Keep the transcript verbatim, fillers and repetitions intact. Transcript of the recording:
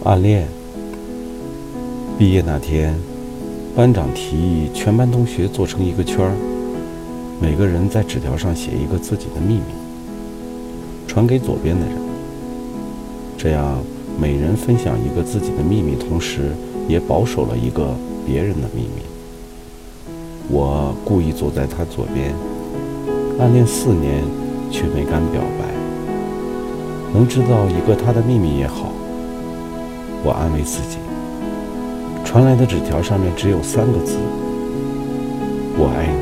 暗恋。毕业那天，班长提议全班同学做成一个圈儿，每个人在纸条上写一个自己的秘密，传给左边的人。这样每人分享一个自己的秘密，同时也保守了一个别人的秘密。我故意坐在他左边，暗恋四年却没敢表白。能知道一个他的秘密也好，我安慰自己。传来的纸条上面只有三个字：我爱你。